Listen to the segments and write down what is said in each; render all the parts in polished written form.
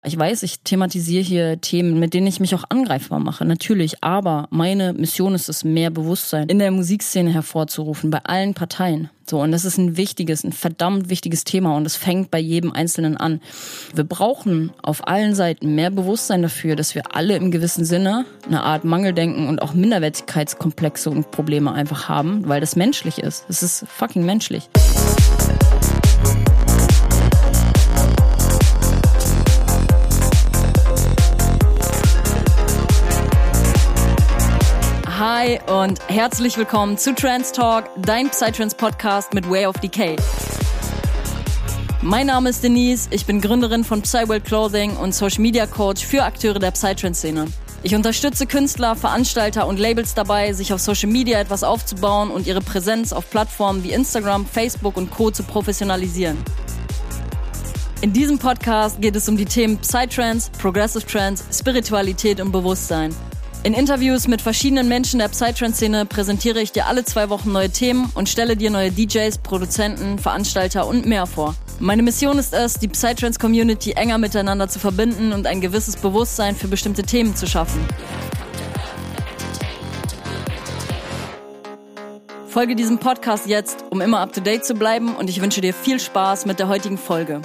Ich weiß, ich thematisiere hier Themen, mit denen ich mich auch angreifbar mache, natürlich. Aber meine Mission ist es, mehr Bewusstsein in der Musikszene hervorzurufen, bei allen Parteien. So, und das ist ein verdammt wichtiges Thema und es fängt bei jedem Einzelnen an. Wir brauchen auf allen Seiten mehr Bewusstsein dafür, dass wir alle im gewissen Sinne eine Art Mangeldenken und auch Minderwertigkeitskomplexe und Probleme einfach haben, weil das menschlich ist. Es ist fucking menschlich. Hi und herzlich willkommen zu Trance Talk, dein Psytrance-Podcast mit Way of Decay. Mein Name ist Denise, ich bin Gründerin von Psyworld Clothing und Social Media Coach für Akteure der Psytrance-Szene. Ich unterstütze Künstler, Veranstalter und Labels dabei, sich auf Social Media etwas aufzubauen und ihre Präsenz auf Plattformen wie Instagram, Facebook und Co. zu professionalisieren. In diesem Podcast geht es um die Themen Psytrance, Progressive Trance, Spiritualität und Bewusstsein. In Interviews mit verschiedenen Menschen der Psytrance-Szene präsentiere ich dir alle 2 Wochen neue Themen und stelle dir neue DJs, Produzenten, Veranstalter und mehr vor. Meine Mission ist es, die Psytrance-Community enger miteinander zu verbinden und ein gewisses Bewusstsein für bestimmte Themen zu schaffen. Folge diesem Podcast jetzt, um immer up-to-date zu bleiben, und ich wünsche dir viel Spaß mit der heutigen Folge.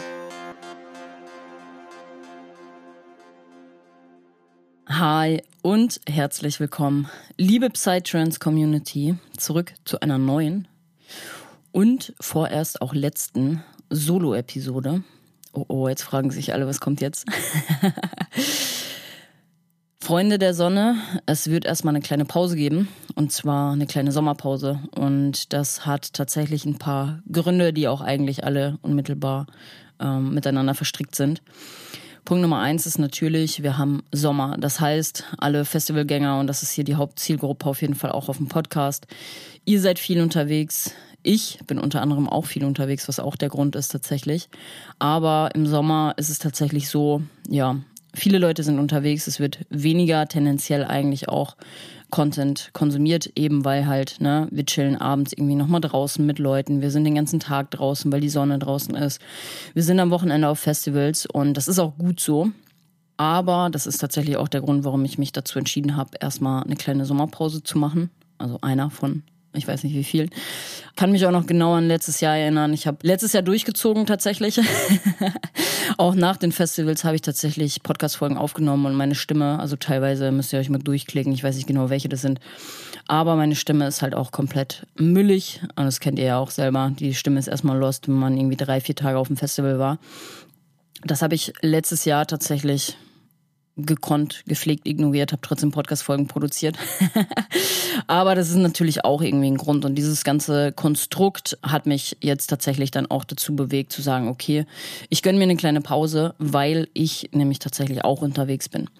Hi und herzlich willkommen, liebe Psytrance-Community, zurück zu einer neuen und vorerst auch letzten Solo-Episode. Oh, jetzt fragen sich alle, was kommt jetzt? Freunde der Sonne, es wird erstmal eine kleine Pause geben, und zwar eine kleine Sommerpause, und das hat tatsächlich ein paar Gründe, die auch eigentlich alle unmittelbar miteinander verstrickt sind. Punkt Nummer 1 ist natürlich, wir haben Sommer. Das heißt, alle Festivalgänger, und das ist hier die Hauptzielgruppe auf jeden Fall auch auf dem Podcast, ihr seid viel unterwegs. Ich bin unter anderem auch viel unterwegs, was auch der Grund ist tatsächlich. Aber im Sommer ist es tatsächlich so, ja, viele Leute sind unterwegs. Es wird weniger tendenziell eigentlich auch Content konsumiert, eben weil halt, wir chillen abends irgendwie nochmal draußen mit Leuten. Wir sind den ganzen Tag draußen, weil die Sonne draußen ist. Wir sind am Wochenende auf Festivals und das ist auch gut so. Aber das ist tatsächlich auch der Grund, warum ich mich dazu entschieden habe, erstmal eine kleine Sommerpause zu machen. Also einer von, ich weiß nicht wie viel. Kann mich auch noch genau an letztes Jahr erinnern. Ich habe letztes Jahr durchgezogen tatsächlich. Auch nach den Festivals habe ich tatsächlich Podcast-Folgen aufgenommen und meine Stimme, also teilweise müsst ihr euch mal durchklicken, ich weiß nicht genau, welche das sind, aber meine Stimme ist halt auch komplett müllig, und das kennt ihr ja auch selber. Die Stimme ist erstmal lost, wenn man irgendwie 3-4 Tage auf dem Festival war. Das habe ich letztes Jahr tatsächlich gekonnt, gepflegt, ignoriert, habe trotzdem Podcast-Folgen produziert. Aber das ist natürlich auch irgendwie ein Grund, und dieses ganze Konstrukt hat mich jetzt tatsächlich dann auch dazu bewegt zu sagen, okay, ich gönne mir eine kleine Pause, weil ich nämlich tatsächlich auch unterwegs bin.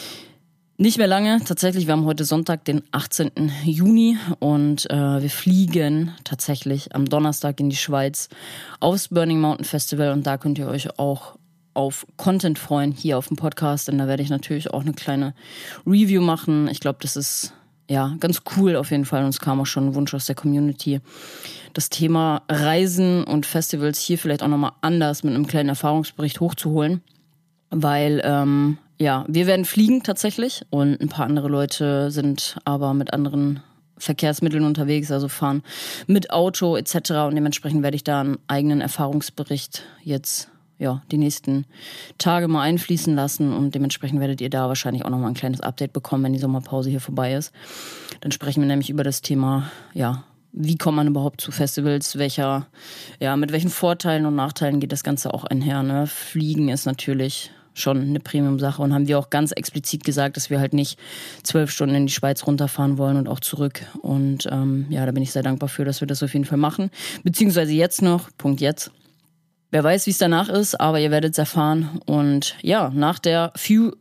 Nicht mehr lange, tatsächlich, wir haben heute Sonntag, den 18. Juni, und wir fliegen tatsächlich am Donnerstag in die Schweiz aufs Burning Mountain Festival, und da könnt ihr euch auch auf Content freuen hier auf dem Podcast, denn da werde ich natürlich auch eine kleine Review machen. Ich glaube, das ist ja ganz cool auf jeden Fall, und es kam auch schon ein Wunsch aus der Community, das Thema Reisen und Festivals hier vielleicht auch nochmal anders mit einem kleinen Erfahrungsbericht hochzuholen, weil wir werden fliegen tatsächlich, und ein paar andere Leute sind aber mit anderen Verkehrsmitteln unterwegs, also fahren mit Auto etc. und dementsprechend werde ich da einen eigenen Erfahrungsbericht jetzt die nächsten Tage mal einfließen lassen, und dementsprechend werdet ihr da wahrscheinlich auch nochmal ein kleines Update bekommen, wenn die Sommerpause hier vorbei ist. Dann sprechen wir nämlich über das Thema, wie kommt man überhaupt zu Festivals, mit welchen Vorteilen und Nachteilen geht das Ganze auch einher, ne? Fliegen ist natürlich schon eine Premium-Sache, und haben wir auch ganz explizit gesagt, dass wir halt nicht 12 Stunden in die Schweiz runterfahren wollen und auch zurück. Und da bin ich sehr dankbar für, dass wir das auf jeden Fall machen. Beziehungsweise jetzt noch, Punkt jetzt. Wer weiß, wie es danach ist, aber ihr werdet es erfahren. Und nach der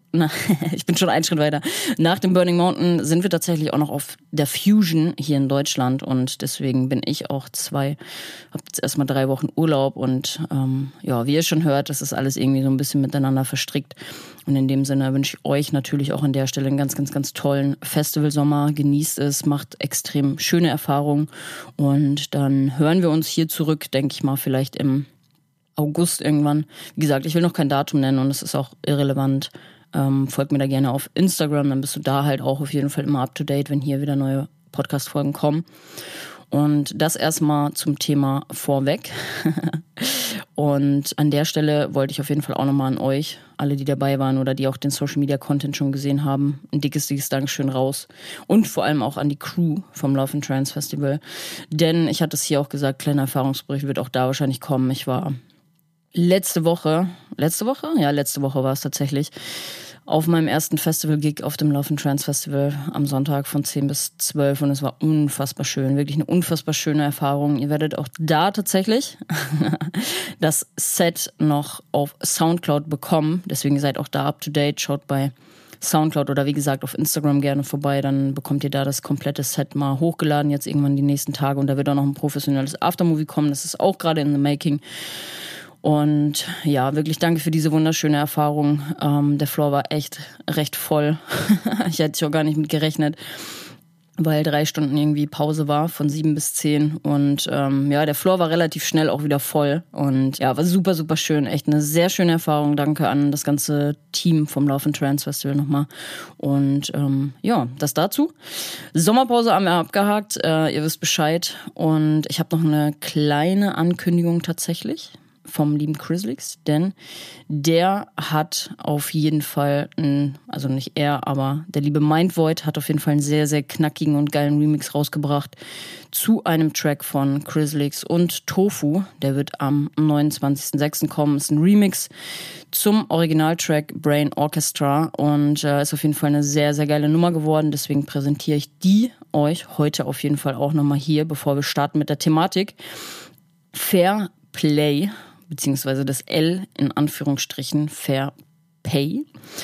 ich bin schon einen Schritt weiter. Nach dem Burning Mountain sind wir tatsächlich auch noch auf der Fusion hier in Deutschland, und deswegen bin ich auch habe jetzt erstmal 3 Wochen Urlaub, und wie ihr schon hört, das ist alles irgendwie so ein bisschen miteinander verstrickt. Und in dem Sinne wünsche ich euch natürlich auch an der Stelle einen ganz, ganz, ganz tollen Festivalsommer. Genießt es, macht extrem schöne Erfahrungen, und dann hören wir uns hier zurück, denke ich mal, vielleicht im August irgendwann. Wie gesagt, ich will noch kein Datum nennen und es ist auch irrelevant. Folgt mir da gerne auf Instagram, dann bist du da halt auch auf jeden Fall immer up to date, wenn hier wieder neue Podcast-Folgen kommen. Und das erstmal zum Thema vorweg. Und an der Stelle wollte ich auf jeden Fall auch nochmal an euch, alle, die dabei waren oder die auch den Social-Media-Content schon gesehen haben, ein dickes Dankeschön raus. Und vor allem auch an die Crew vom Love and Trance Festival. Denn ich hatte es hier auch gesagt, kleiner Erfahrungsbericht wird auch da wahrscheinlich kommen. Ich war letzte Woche war es tatsächlich, auf meinem ersten Festival-Gig auf dem Love and Trance Festival am Sonntag von 10 bis 12 und es war unfassbar schön, wirklich eine unfassbar schöne Erfahrung. Ihr werdet auch da tatsächlich das Set noch auf Soundcloud bekommen, deswegen seid auch da up to date, schaut bei Soundcloud oder wie gesagt auf Instagram gerne vorbei, dann bekommt ihr da das komplette Set mal hochgeladen, jetzt irgendwann die nächsten Tage und da wird auch noch ein professionelles Aftermovie kommen, das ist auch gerade in the making. Und ja, wirklich danke für diese wunderschöne Erfahrung. Der Floor war echt recht voll. Ich hätte auch gar nicht mit gerechnet, weil 3 Stunden irgendwie Pause war von 7 bis 10. Und der Floor war relativ schnell auch wieder voll. Und ja, war super, super schön. Echt eine sehr schöne Erfahrung. Danke an das ganze Team vom Love and Trance Festival nochmal. Und das dazu. Sommerpause haben wir abgehakt. Ihr wisst Bescheid. Und ich habe noch eine kleine Ankündigung tatsächlich vom lieben Chrislix, denn der hat auf jeden Fall, also nicht er, aber der liebe Mindvoid hat auf jeden Fall einen sehr, sehr knackigen und geilen Remix rausgebracht zu einem Track von Chrislix und Tofu. Der wird am 29.06. kommen. Ist ein Remix zum Originaltrack Brain Orchestra und ist auf jeden Fall eine sehr, sehr geile Nummer geworden. Deswegen präsentiere ich die euch heute auf jeden Fall auch nochmal hier, bevor wir starten mit der Thematik. Fair Play, beziehungsweise das L in Anführungsstrichen, Fair Pay.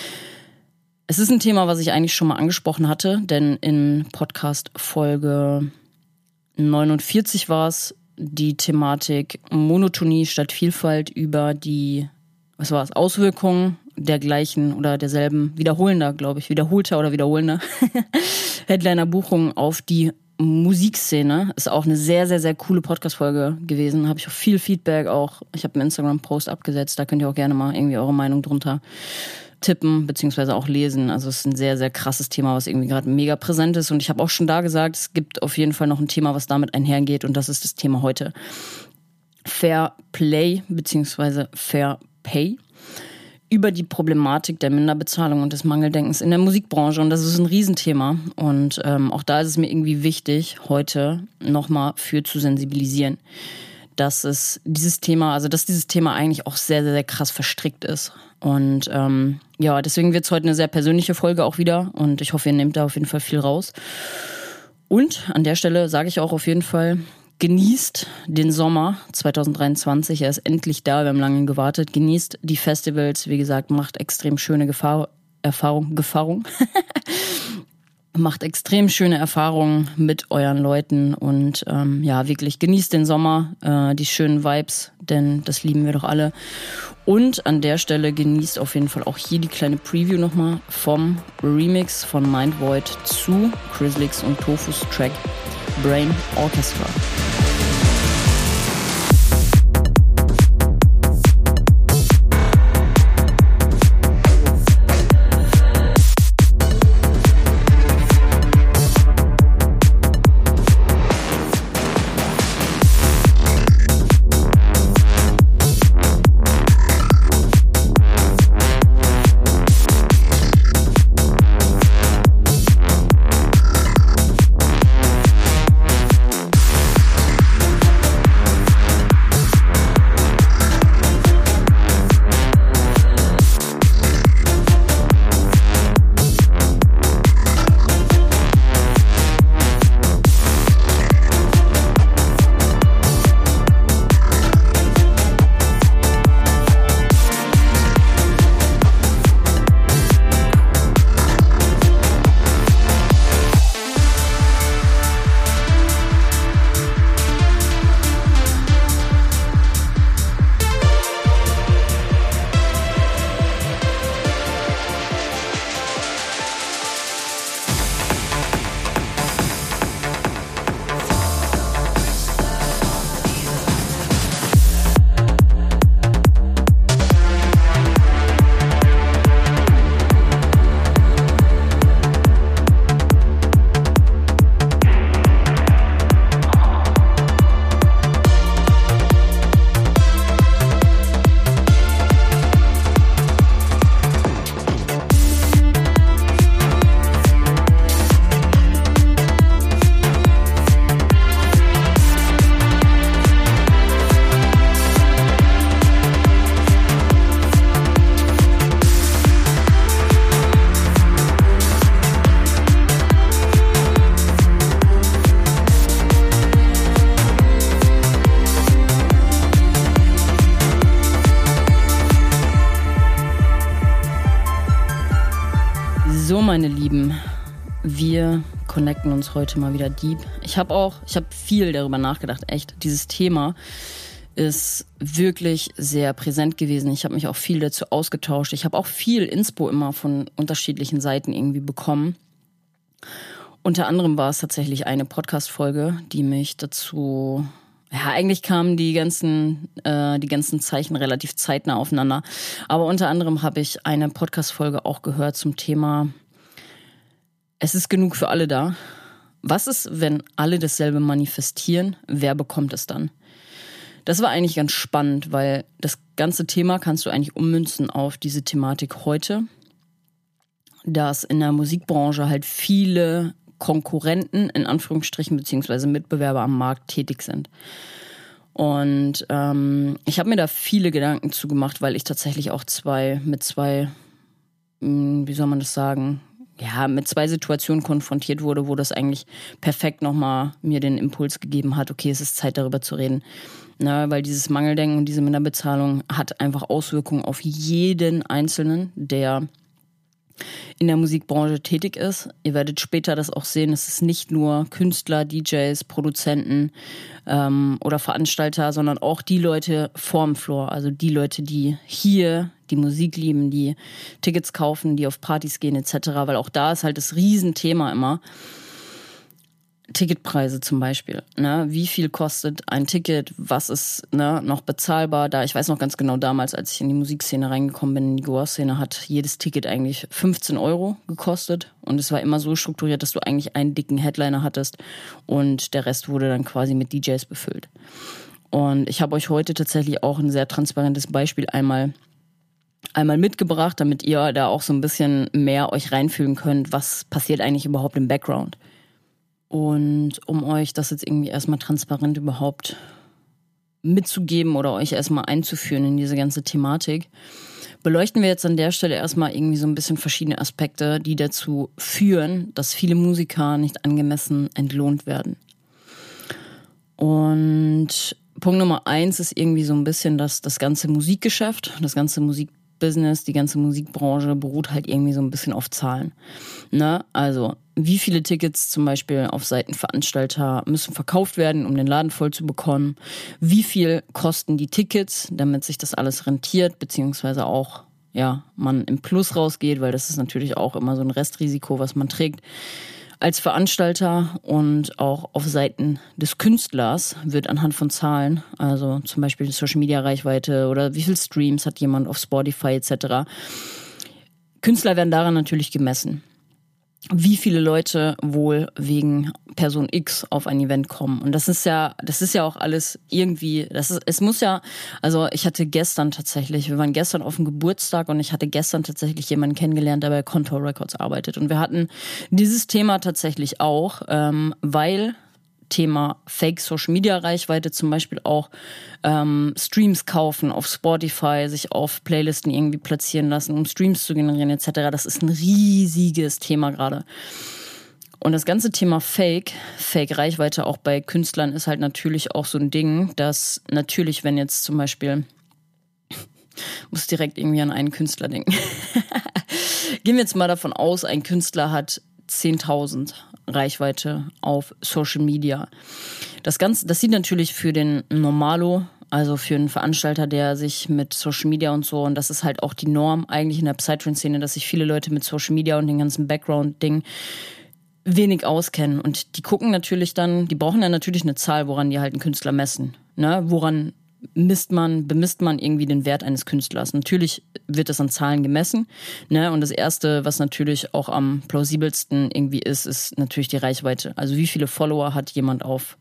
Es ist ein Thema, was ich eigentlich schon mal angesprochen hatte, denn in Podcast-Folge 49 war es die Thematik Monotonie statt Vielfalt über die, Auswirkungen der gleichen oder derselben, wiederholter oder wiederholender Headliner-Buchungen auf die Musikszene. Ist auch eine sehr, sehr, sehr coole Podcast-Folge gewesen. Habe ich auch viel Feedback auch. Ich habe einen Instagram-Post abgesetzt. Da könnt ihr auch gerne mal irgendwie eure Meinung drunter tippen, beziehungsweise auch lesen. Also es ist ein sehr, sehr krasses Thema, was irgendwie gerade mega präsent ist. Und ich habe auch schon da gesagt, es gibt auf jeden Fall noch ein Thema, was damit einhergeht. Und das ist das Thema heute. Fair Play, beziehungsweise Fair Pay. Über die Problematik der Minderbezahlung und des Mangeldenkens in der Musikbranche. Und das ist ein Riesenthema. Und auch da ist es mir irgendwie wichtig, heute nochmal für zu sensibilisieren, dass dieses Thema eigentlich auch sehr, sehr, sehr krass verstrickt ist. Und deswegen wird es heute eine sehr persönliche Folge auch wieder. Und ich hoffe, ihr nehmt da auf jeden Fall viel raus. Und an der Stelle sage ich auch auf jeden Fall, genießt den Sommer 2023, er ist endlich da, wir haben lange gewartet. Genießt die Festivals, wie gesagt, macht extrem schöne Erfahrungen. Macht extrem schöne Erfahrungen mit euren Leuten und wirklich genießt den Sommer, die schönen Vibes, denn das lieben wir doch alle. Und an der Stelle genießt auf jeden Fall auch hier die kleine Preview nochmal vom Remix von Mindvoid zu Chrislix und Tofus Track Brain Orchestra. So, meine Lieben, wir connecten uns heute mal wieder deep. Ich habe viel darüber nachgedacht, echt. Dieses Thema ist wirklich sehr präsent gewesen. Ich habe mich auch viel dazu ausgetauscht. Ich habe auch viel Inspo immer von unterschiedlichen Seiten irgendwie bekommen. Unter anderem war es tatsächlich eine Podcast-Folge, die mich dazu... Ja, eigentlich kamen die ganzen Zeichen relativ zeitnah aufeinander. Aber unter anderem habe ich eine Podcast-Folge auch gehört zum Thema: Es ist genug für alle da. Was ist, wenn alle dasselbe manifestieren? Wer bekommt es dann? Das war eigentlich ganz spannend, weil das ganze Thema kannst du eigentlich ummünzen auf diese Thematik heute, dass in der Musikbranche halt viele Konkurrenten, in Anführungsstrichen, beziehungsweise Mitbewerber am Markt tätig sind. Und ich habe mir da viele Gedanken zugemacht, weil ich tatsächlich auch mit zwei Situationen konfrontiert wurde, wo das eigentlich perfekt nochmal mir den Impuls gegeben hat, okay, es ist Zeit, darüber zu reden. Na, weil dieses Mangeldenken und diese Minderbezahlung hat einfach Auswirkungen auf jeden Einzelnen, der in der Musikbranche tätig ist. Ihr werdet später das auch sehen, es ist nicht nur Künstler, DJs, Produzenten oder Veranstalter, sondern auch die Leute vorm Floor, also die Leute, die hier die Musik lieben, die Tickets kaufen, die auf Partys gehen etc., weil auch da ist halt das Riesenthema immer Ticketpreise zum Beispiel. Ne? Wie viel kostet ein Ticket? Was ist noch bezahlbar? Ich weiß noch ganz genau, damals, als ich in die Musikszene reingekommen bin, in die Goa-Szene, hat jedes Ticket eigentlich 15 € gekostet. Und es war immer so strukturiert, dass du eigentlich einen dicken Headliner hattest und der Rest wurde dann quasi mit DJs befüllt. Und ich habe euch heute tatsächlich auch ein sehr transparentes Beispiel einmal mitgebracht, damit ihr da auch so ein bisschen mehr euch reinfühlen könnt, was passiert eigentlich überhaupt im Background. Und um euch das jetzt irgendwie erstmal transparent überhaupt mitzugeben oder euch erstmal einzuführen in diese ganze Thematik, beleuchten wir jetzt an der Stelle erstmal irgendwie so ein bisschen verschiedene Aspekte, die dazu führen, dass viele Musiker nicht angemessen entlohnt werden. Und Punkt Nummer 1 ist irgendwie so ein bisschen, dass das ganze Musikgeschäft, das ganze Musikbusiness, die ganze Musikbranche beruht halt irgendwie so ein bisschen auf Zahlen. Ne? Also wie viele Tickets zum Beispiel auf Seiten Veranstalter müssen verkauft werden, um den Laden voll zu bekommen? Wie viel kosten die Tickets, damit sich das alles rentiert, beziehungsweise auch man im Plus rausgeht, weil das ist natürlich auch immer so ein Restrisiko, was man trägt. Als Veranstalter und auch auf Seiten des Künstlers wird anhand von Zahlen, also zum Beispiel Social-Media-Reichweite oder wie viel Streams hat jemand auf Spotify etc., Künstler werden daran natürlich gemessen. Wie viele Leute wohl wegen Person X auf ein Event kommen. Und das ist ja auch alles irgendwie, ich hatte gestern tatsächlich, wir waren gestern auf dem Geburtstag und ich hatte gestern tatsächlich jemanden kennengelernt, der bei Contour Records arbeitet. Und wir hatten dieses Thema tatsächlich auch, weil Thema Fake-Social-Media-Reichweite zum Beispiel auch Streams kaufen auf Spotify, sich auf Playlisten irgendwie platzieren lassen, um Streams zu generieren etc. Das ist ein riesiges Thema gerade. Und das ganze Thema Fake-Reichweite auch bei Künstlern ist halt natürlich auch so ein Ding, dass natürlich, wenn jetzt zum Beispiel, muss direkt irgendwie an einen Künstler denken. Gehen wir jetzt mal davon aus, ein Künstler hat 10.000 Reichweite auf Social Media. Das sieht natürlich für den Normalo, also für einen Veranstalter, der sich mit Social Media und so, und das ist halt auch die Norm eigentlich in der Psytrance-Szene, dass sich viele Leute mit Social Media und den ganzen Background-Ding wenig auskennen. Und die gucken natürlich dann, die brauchen ja natürlich eine Zahl, woran die halt einen Künstler messen. Ne? Woran bemisst man irgendwie den Wert eines Künstlers. Natürlich wird das an Zahlen gemessen, ne? Und das Erste, was natürlich auch am plausibelsten irgendwie ist natürlich die Reichweite. Also wie viele Follower hat jemand auf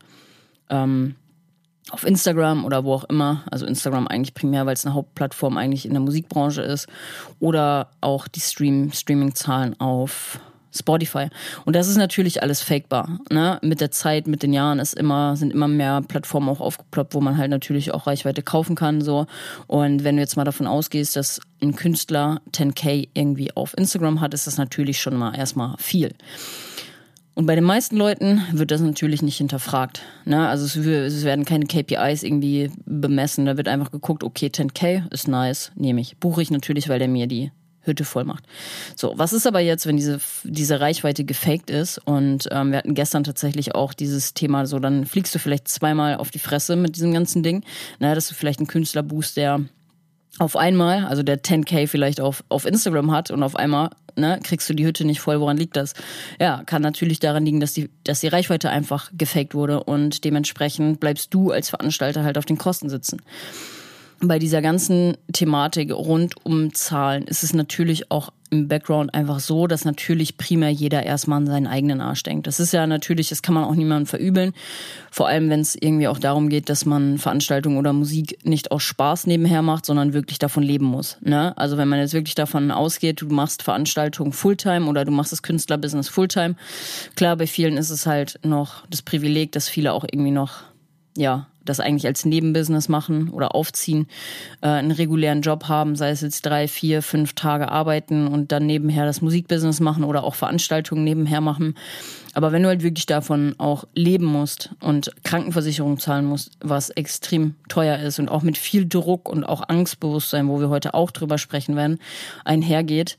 Instagram oder wo auch immer, also Instagram eigentlich primär, weil es eine Hauptplattform eigentlich in der Musikbranche ist, oder auch die Streaming-Zahlen auf Spotify. Und das ist natürlich alles fakebar. Ne? Mit der Zeit, mit den Jahren sind immer mehr Plattformen auch aufgeploppt, wo man halt natürlich auch Reichweite kaufen kann. So. Und wenn du jetzt mal davon ausgehst, dass ein Künstler 10.000 irgendwie auf Instagram hat, ist das natürlich schon mal erstmal viel. Und bei den meisten Leuten wird das natürlich nicht hinterfragt. Ne? Also es werden keine KPIs irgendwie bemessen. Da wird einfach geguckt, okay, 10.000 ist nice, nehme ich. Buche ich natürlich, weil der mir die Hütte voll macht. So, was ist aber jetzt, wenn diese Reichweite gefaked ist? Und wir hatten gestern tatsächlich auch dieses Thema, so dann fliegst du vielleicht zweimal auf die Fresse mit diesem ganzen Ding. Dass du vielleicht einen Künstler buchst, der auf einmal, also der 10.000 vielleicht auf Instagram hat und auf einmal kriegst du die Hütte nicht voll. Woran liegt das? Ja, kann natürlich daran liegen, dass die Reichweite einfach gefaked wurde und dementsprechend bleibst du als Veranstalter halt auf den Kosten sitzen. Bei dieser ganzen Thematik rund um Zahlen ist es natürlich auch im Background einfach so, dass natürlich primär jeder erstmal an seinen eigenen Arsch denkt. Das ist ja natürlich, das kann man auch niemandem verübeln. Vor allem, wenn es irgendwie auch darum geht, dass man Veranstaltungen oder Musik nicht aus Spaß nebenher macht, sondern wirklich davon leben muss. Also wenn man jetzt wirklich davon ausgeht, du machst Veranstaltungen Fulltime oder du machst das Künstlerbusiness Fulltime. Klar, bei vielen ist es halt noch das Privileg, dass viele auch irgendwie noch, das eigentlich als Nebenbusiness machen oder aufziehen, einen regulären Job haben, sei es jetzt 3, 4, 5 Tage arbeiten und dann nebenher das Musikbusiness machen oder auch Veranstaltungen nebenher machen. Aber wenn du halt wirklich davon auch leben musst und Krankenversicherung zahlen musst, was extrem teuer ist und auch mit viel Druck und auch Angstbewusstsein, wo wir heute auch drüber sprechen werden, einhergeht,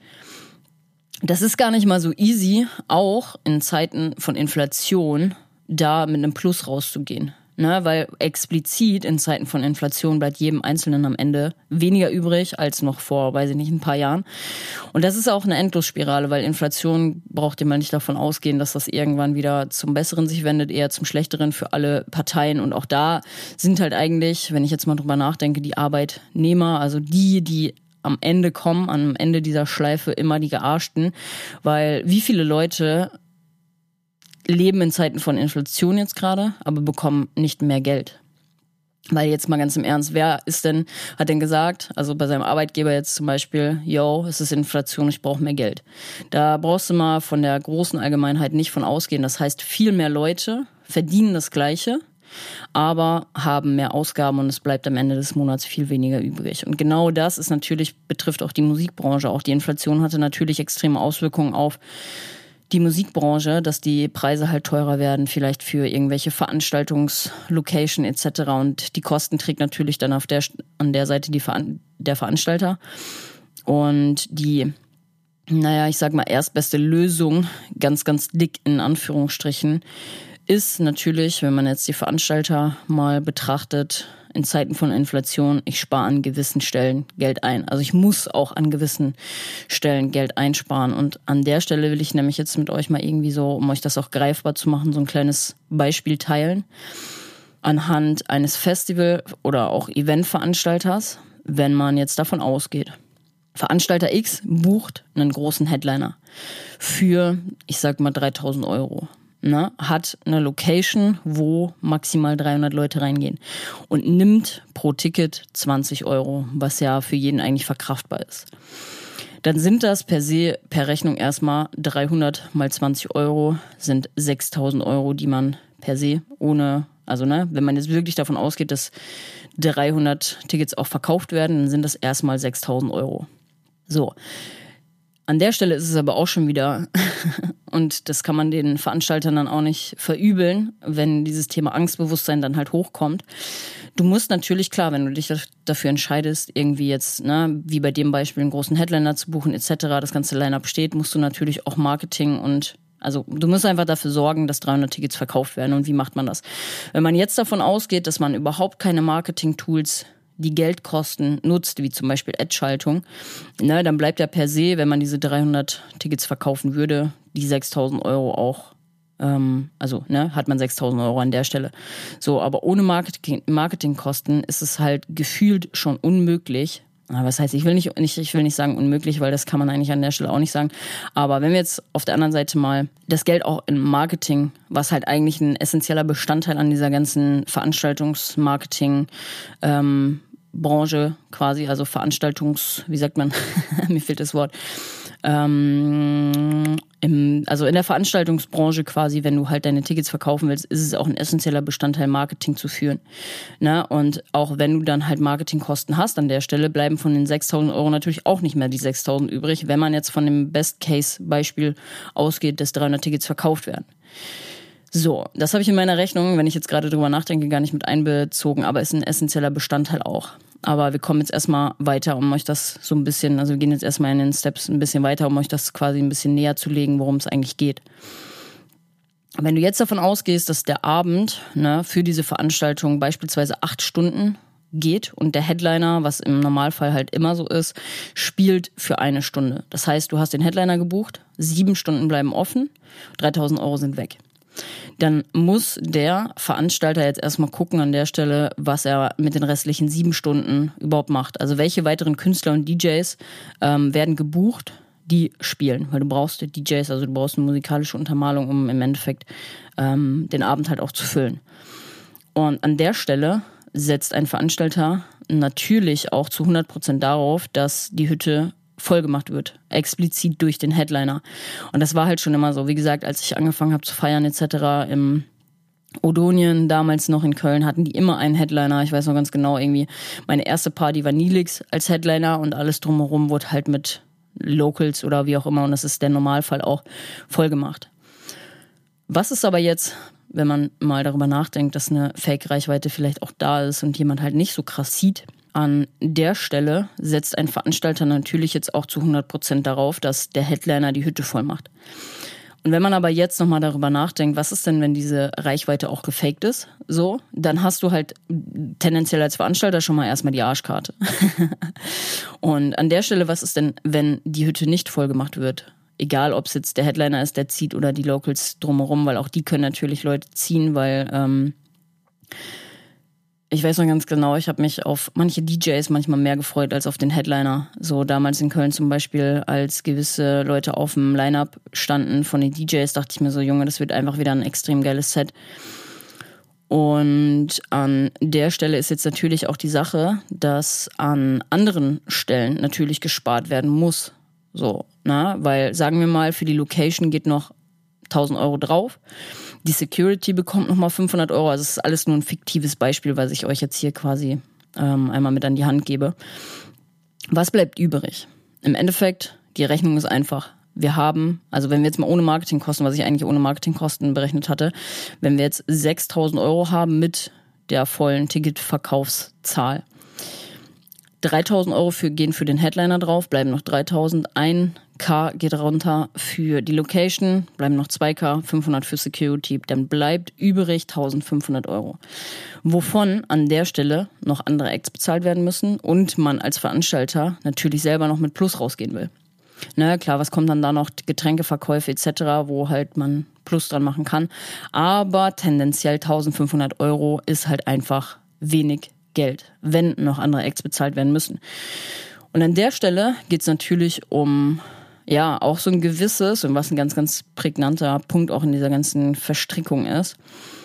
das ist gar nicht mal so easy, auch in Zeiten von Inflation da mit einem Plus rauszugehen. Weil explizit in Zeiten von Inflation bleibt jedem Einzelnen am Ende weniger übrig als noch vor, weiß ich nicht, ein paar Jahren. Und das ist auch eine Endlosspirale, weil Inflation braucht ihr mal nicht davon ausgehen, dass das irgendwann wieder zum Besseren sich wendet, eher zum Schlechteren für alle Parteien. Und auch da sind halt eigentlich, wenn ich jetzt mal drüber nachdenke, die Arbeitnehmer, also die am Ende kommen, am Ende dieser Schleife immer die Gearschten, weil wie viele Leute leben in Zeiten von Inflation jetzt gerade, aber bekommen nicht mehr Geld. Weil jetzt mal ganz im Ernst, hat denn gesagt, also bei seinem Arbeitgeber jetzt zum Beispiel, es ist Inflation, ich brauche mehr Geld. Da brauchst du mal von der großen Allgemeinheit nicht von ausgehen. Das heißt, viel mehr Leute verdienen das Gleiche, aber haben mehr Ausgaben und es bleibt am Ende des Monats viel weniger übrig. Und genau das ist natürlich, betrifft auch die Musikbranche. Auch die Inflation hatte natürlich extreme Auswirkungen auf die Musikbranche, dass die Preise halt teurer werden, vielleicht für irgendwelche Veranstaltungslocation etc. Und die Kosten trägt natürlich dann an der Seite der Veranstalter. Und die, ich sag mal, erstbeste Lösung, ganz, ganz dick in Anführungsstrichen, ist natürlich, wenn man jetzt die Veranstalter mal betrachtet, in Zeiten von Inflation, ich spare an gewissen Stellen Geld ein. Also ich muss auch an gewissen Stellen Geld einsparen. Und an der Stelle will ich nämlich jetzt mit euch mal irgendwie so, um euch das auch greifbar zu machen, so ein kleines Beispiel teilen. Anhand eines Festival- oder auch Eventveranstalters, wenn man jetzt davon ausgeht. Veranstalter X bucht einen großen Headliner für, ich sag mal, 3.000 Euro. Hat eine Location, wo maximal 300 Leute reingehen und nimmt pro Ticket 20 Euro, was ja für jeden eigentlich verkraftbar ist. Dann sind das per Rechnung erstmal 300 mal 20 Euro sind 6.000 Euro, die man per se wenn man jetzt wirklich davon ausgeht, dass 300 Tickets auch verkauft werden, dann sind das erstmal 6.000 Euro. So. An der Stelle ist es aber auch schon wieder, und das kann man den Veranstaltern dann auch nicht verübeln, wenn dieses Thema Angstbewusstsein dann halt hochkommt. Du musst natürlich, klar, wenn du dich dafür entscheidest, irgendwie jetzt, wie bei dem Beispiel, einen großen Headliner zu buchen etc., das ganze Line-Up steht, musst du natürlich auch Marketing du musst einfach dafür sorgen, dass 300 Tickets verkauft werden. Und wie macht man das? Wenn man jetzt davon ausgeht, dass man überhaupt keine Marketing-Tools die Geldkosten nutzt, wie zum Beispiel Ad-Schaltung, dann bleibt ja per se, wenn man diese 300 Tickets verkaufen würde, die 6.000 Euro auch, hat man 6.000 Euro an der Stelle. So, aber ohne Marketingkosten ist es halt gefühlt schon unmöglich. Was heißt, ich will nicht sagen unmöglich, weil das kann man eigentlich an der Stelle auch nicht sagen. Aber wenn wir jetzt auf der anderen Seite mal das Geld auch im Marketing, was halt eigentlich ein essentieller Bestandteil an dieser ganzen Veranstaltungsmarketing Branche quasi, also wie sagt man, mir fehlt das Wort, in der Veranstaltungsbranche quasi, wenn du halt deine Tickets verkaufen willst, ist es auch ein essentieller Bestandteil, Marketing zu führen. Und auch wenn du dann halt Marketingkosten hast an der Stelle, bleiben von den 6.000 Euro natürlich auch nicht mehr die 6.000 übrig, wenn man jetzt von dem Best-Case-Beispiel ausgeht, dass 300 Tickets verkauft werden. So, das habe ich in meiner Rechnung, wenn ich jetzt gerade drüber nachdenke, gar nicht mit einbezogen, aber ist ein essentieller Bestandteil auch. Aber wir kommen jetzt erstmal weiter, um euch das so ein bisschen, also wir gehen jetzt erstmal in den Steps ein bisschen weiter, um euch das quasi ein bisschen näher zu legen, worum es eigentlich geht. Wenn du jetzt davon ausgehst, dass der Abend für diese Veranstaltung beispielsweise 8 Stunden geht und der Headliner, was im Normalfall halt immer so ist, spielt für 1 Stunde. Das heißt, du hast den Headliner gebucht, 7 Stunden bleiben offen, 3.000 Euro sind weg. Dann muss der Veranstalter jetzt erstmal gucken an der Stelle, was er mit den restlichen 7 Stunden überhaupt macht. Also welche weiteren Künstler und DJs werden gebucht, die spielen. Weil du brauchst DJs, also du brauchst eine musikalische Untermalung, um im Endeffekt den Abend halt auch zu füllen. Und an der Stelle setzt ein Veranstalter natürlich auch zu 100% darauf, dass die Hütte vollgemacht wird, explizit durch den Headliner. Und das war halt schon immer so. Wie gesagt, als ich angefangen habe zu feiern etc. im Odonien, damals noch in Köln, hatten die immer einen Headliner. Ich weiß noch ganz genau, irgendwie meine erste Party war Nilix als Headliner und alles drumherum wurde halt mit Locals oder wie auch immer, und das ist der Normalfall auch, vollgemacht. Was ist aber jetzt, wenn man mal darüber nachdenkt, dass eine Fake-Reichweite vielleicht auch da ist und jemand halt nicht so krass sieht? An der Stelle setzt ein Veranstalter natürlich jetzt auch zu 100% darauf, dass der Headliner die Hütte voll macht. Und wenn man aber jetzt nochmal darüber nachdenkt, was ist denn, wenn diese Reichweite auch gefaked ist, so, dann hast du halt tendenziell als Veranstalter schon mal erstmal die Arschkarte. Und an der Stelle, was ist denn, wenn die Hütte nicht voll gemacht wird? Egal, ob es jetzt der Headliner ist, der zieht, oder die Locals drumherum, weil auch die können natürlich Leute ziehen, weil ich weiß noch ganz genau, ich habe mich auf manche DJs manchmal mehr gefreut als auf den Headliner. So damals in Köln zum Beispiel, als gewisse Leute auf dem Line-Up standen von den DJs, dachte ich mir so, Junge, das wird einfach wieder ein extrem geiles Set. Und an der Stelle ist jetzt natürlich auch die Sache, dass an anderen Stellen natürlich gespart werden muss. So, weil sagen wir mal, für die Location geht noch 1.000 Euro drauf. Die Security bekommt nochmal 500 Euro. Also es ist alles nur ein fiktives Beispiel, was ich euch jetzt hier quasi einmal mit an die Hand gebe. Was bleibt übrig? Im Endeffekt, die Rechnung ist einfach. Wir haben, also wenn wir jetzt mal ohne Marketingkosten, was ich eigentlich ohne Marketingkosten berechnet hatte, wenn wir jetzt 6.000 Euro haben mit der vollen Ticketverkaufszahl, 3.000 Euro gehen für den Headliner drauf, bleiben noch 3.000, 1.000 geht runter für die Location, bleiben noch 2.000, 500 für Security, dann bleibt übrig 1.500 Euro. Wovon an der Stelle noch andere Acts bezahlt werden müssen und man als Veranstalter natürlich selber noch mit Plus rausgehen will. Klar, was kommt dann da noch? Getränkeverkäufe etc., wo halt man Plus dran machen kann. Aber tendenziell 1.500 Euro ist halt einfach wenig Geld, wenn noch andere Acts bezahlt werden müssen. Und an der Stelle geht es natürlich um, ja, auch so ein gewisses, und was ein ganz, ganz prägnanter Punkt auch in dieser ganzen Verstrickung ist,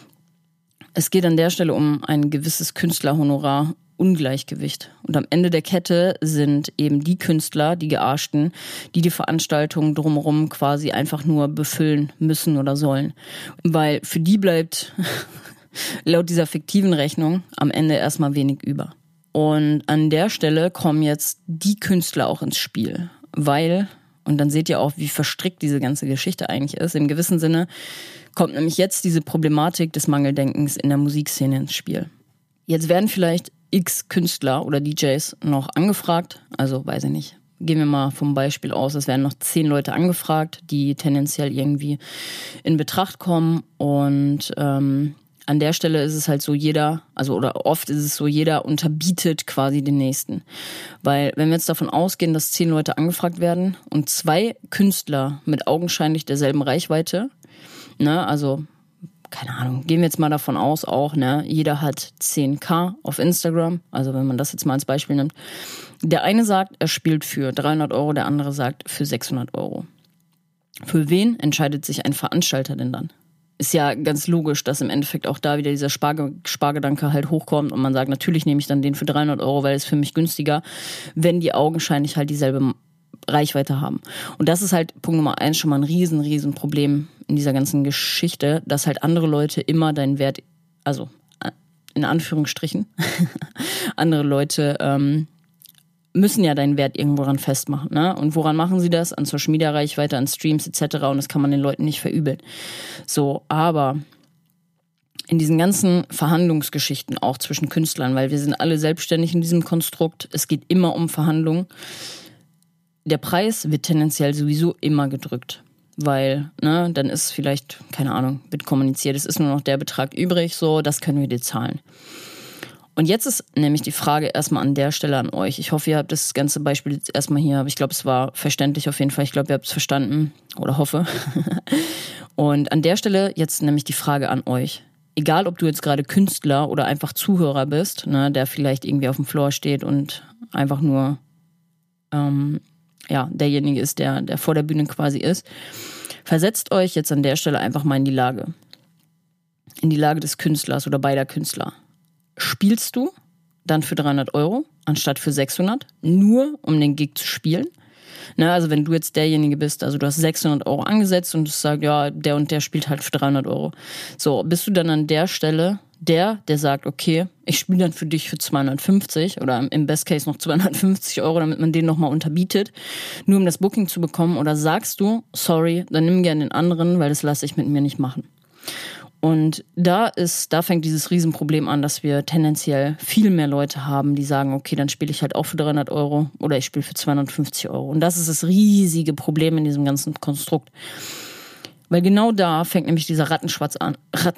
es geht an der Stelle um ein gewisses Künstlerhonorar-Ungleichgewicht. Und am Ende der Kette sind eben die Künstler, die Gearschten, die Veranstaltung drumherum quasi einfach nur befüllen müssen oder sollen. Weil für die bleibt laut dieser fiktiven Rechnung am Ende erstmal wenig über. Und an der Stelle kommen jetzt die Künstler auch ins Spiel, weil, und dann seht ihr auch, wie verstrickt diese ganze Geschichte eigentlich ist, im gewissen Sinne kommt nämlich jetzt diese Problematik des Mangeldenkens in der Musikszene ins Spiel. Jetzt werden vielleicht x Künstler oder DJs noch angefragt, also weiß ich nicht, gehen wir mal vom Beispiel aus, es werden noch 10 Leute angefragt, die tendenziell irgendwie in Betracht kommen, und an der Stelle ist es halt so, oft ist es so, jeder unterbietet quasi den Nächsten. Weil wenn wir jetzt davon ausgehen, dass 10 Leute angefragt werden und 2 Künstler mit augenscheinlich derselben Reichweite, also keine Ahnung, gehen wir jetzt mal davon aus auch, jeder hat 10.000 auf Instagram, also wenn man das jetzt mal als Beispiel nimmt. Der eine sagt, er spielt für 300 Euro, der andere sagt für 600 Euro. Für wen entscheidet sich ein Veranstalter denn dann? Ist ja ganz logisch, dass im Endeffekt auch da wieder dieser Spargedanke halt hochkommt und man sagt, natürlich nehme ich dann den für 300 Euro, weil es für mich günstiger, wenn die augenscheinlich halt dieselbe Reichweite haben. Und das ist halt Punkt Nummer 1 schon mal ein riesen Problem in dieser ganzen Geschichte, dass halt andere Leute immer deinen Wert, also in Anführungsstrichen, andere Leute müssen ja deinen Wert irgendwo dran festmachen. Und woran machen sie das? An Social Media Reichweite, an Streams etc. Und das kann man den Leuten nicht verübeln. So, aber in diesen ganzen Verhandlungsgeschichten auch zwischen Künstlern, weil wir sind alle selbstständig in diesem Konstrukt. Es geht immer um Verhandlungen. Der Preis wird tendenziell sowieso immer gedrückt, weil, dann ist vielleicht, keine Ahnung, wird kommuniziert, es ist nur noch der Betrag übrig, so, das können wir dir zahlen. Und jetzt ist nämlich die Frage erstmal an der Stelle an euch. Ich hoffe, ihr habt das ganze Beispiel jetzt erstmal hier, aber ich glaube, es war verständlich auf jeden Fall. Ich glaube, ihr habt es verstanden oder hoffe. Und an der Stelle jetzt nämlich die Frage an euch. Egal, ob du jetzt gerade Künstler oder einfach Zuhörer bist, der vielleicht irgendwie auf dem Floor steht und einfach nur derjenige ist, der vor der Bühne quasi ist. Versetzt euch jetzt an der Stelle einfach mal in die Lage. In die Lage des Künstlers oder beider Künstler. Spielst du dann für 300 Euro anstatt für 600, nur um den Gig zu spielen? Also wenn du jetzt derjenige bist, also du hast 600 Euro angesetzt und du sagst, ja, der und der spielt halt für 300 Euro. So, bist du dann an der Stelle der sagt, okay, ich spiele dann für dich für 250 oder im Best Case noch 250 Euro, damit man den nochmal unterbietet, nur um das Booking zu bekommen? Oder sagst du, sorry, dann nimm gerne den anderen, weil das lasse ich mit mir nicht machen? Und da fängt dieses Riesenproblem an, dass wir tendenziell viel mehr Leute haben, die sagen, okay, dann spiele ich halt auch für 300 Euro oder ich spiele für 250 Euro. Und das ist das riesige Problem in diesem ganzen Konstrukt. Weil genau da fängt nämlich dieser Rattenschwanz an.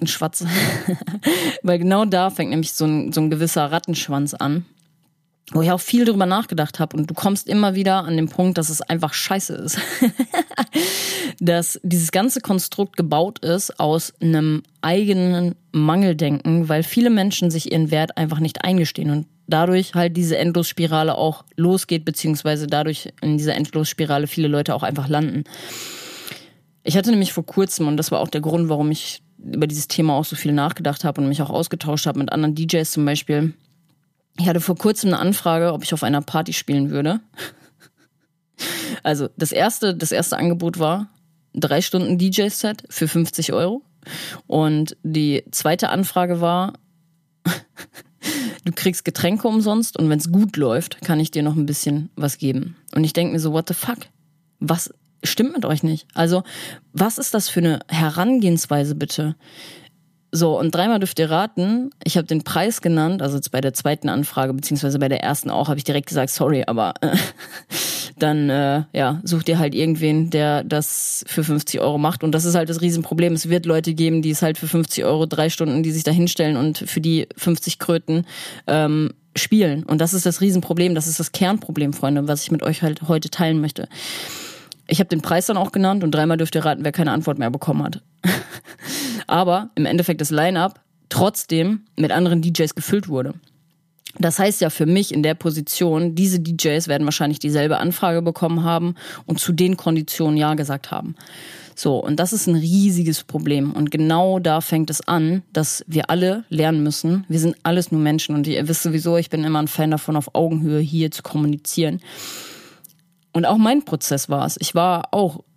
Weil genau da fängt nämlich so ein gewisser Rattenschwanz an, wo ich auch viel drüber nachgedacht habe. Und du kommst immer wieder an den Punkt, dass es einfach scheiße ist. Dass dieses ganze Konstrukt gebaut ist aus einem eigenen Mangeldenken, weil viele Menschen sich ihren Wert einfach nicht eingestehen und dadurch halt diese Endlosspirale auch losgeht, beziehungsweise dadurch in dieser Endlosspirale viele Leute auch einfach landen. Ich hatte nämlich vor kurzem, und das war auch der Grund, warum ich über dieses Thema auch so viel nachgedacht habe und mich auch ausgetauscht habe mit anderen DJs zum Beispiel. Ich hatte vor kurzem eine Anfrage, ob ich auf einer Party spielen würde. Also das erste Angebot war 3 Stunden DJ-Set für 50 Euro. Und die zweite Anfrage war, du kriegst Getränke umsonst und wenn es gut läuft, kann ich dir noch ein bisschen was geben. Und ich denke mir so, what the fuck? Was stimmt mit euch nicht? Also, was ist das für eine Herangehensweise bitte? So, und 3-mal dürft ihr raten, ich habe den Preis genannt, also jetzt bei der zweiten Anfrage, beziehungsweise bei der ersten auch, habe ich direkt gesagt, sorry, aber dann sucht ihr halt irgendwen, der das für 50 Euro macht. Und das ist halt das Riesenproblem. Es wird Leute geben, die es halt für 50 Euro 3 Stunden, die sich da hinstellen und für die 50 Kröten spielen. Und das ist das Riesenproblem, das ist das Kernproblem, Freunde, was ich mit euch halt heute teilen möchte. Ich habe den Preis dann auch genannt und 3-mal dürft ihr raten, wer keine Antwort mehr bekommen hat. Aber im Endeffekt das Line-Up trotzdem mit anderen DJs gefüllt wurde. Das heißt ja für mich in der Position, diese DJs werden wahrscheinlich dieselbe Anfrage bekommen haben und zu den Konditionen ja gesagt haben. So, und das ist ein riesiges Problem. Und genau da fängt es an, dass wir alle lernen müssen. Wir sind alles nur Menschen und ihr wisst sowieso, ich bin immer ein Fan davon, auf Augenhöhe hier zu kommunizieren. Und auch mein Prozess war es. Ich war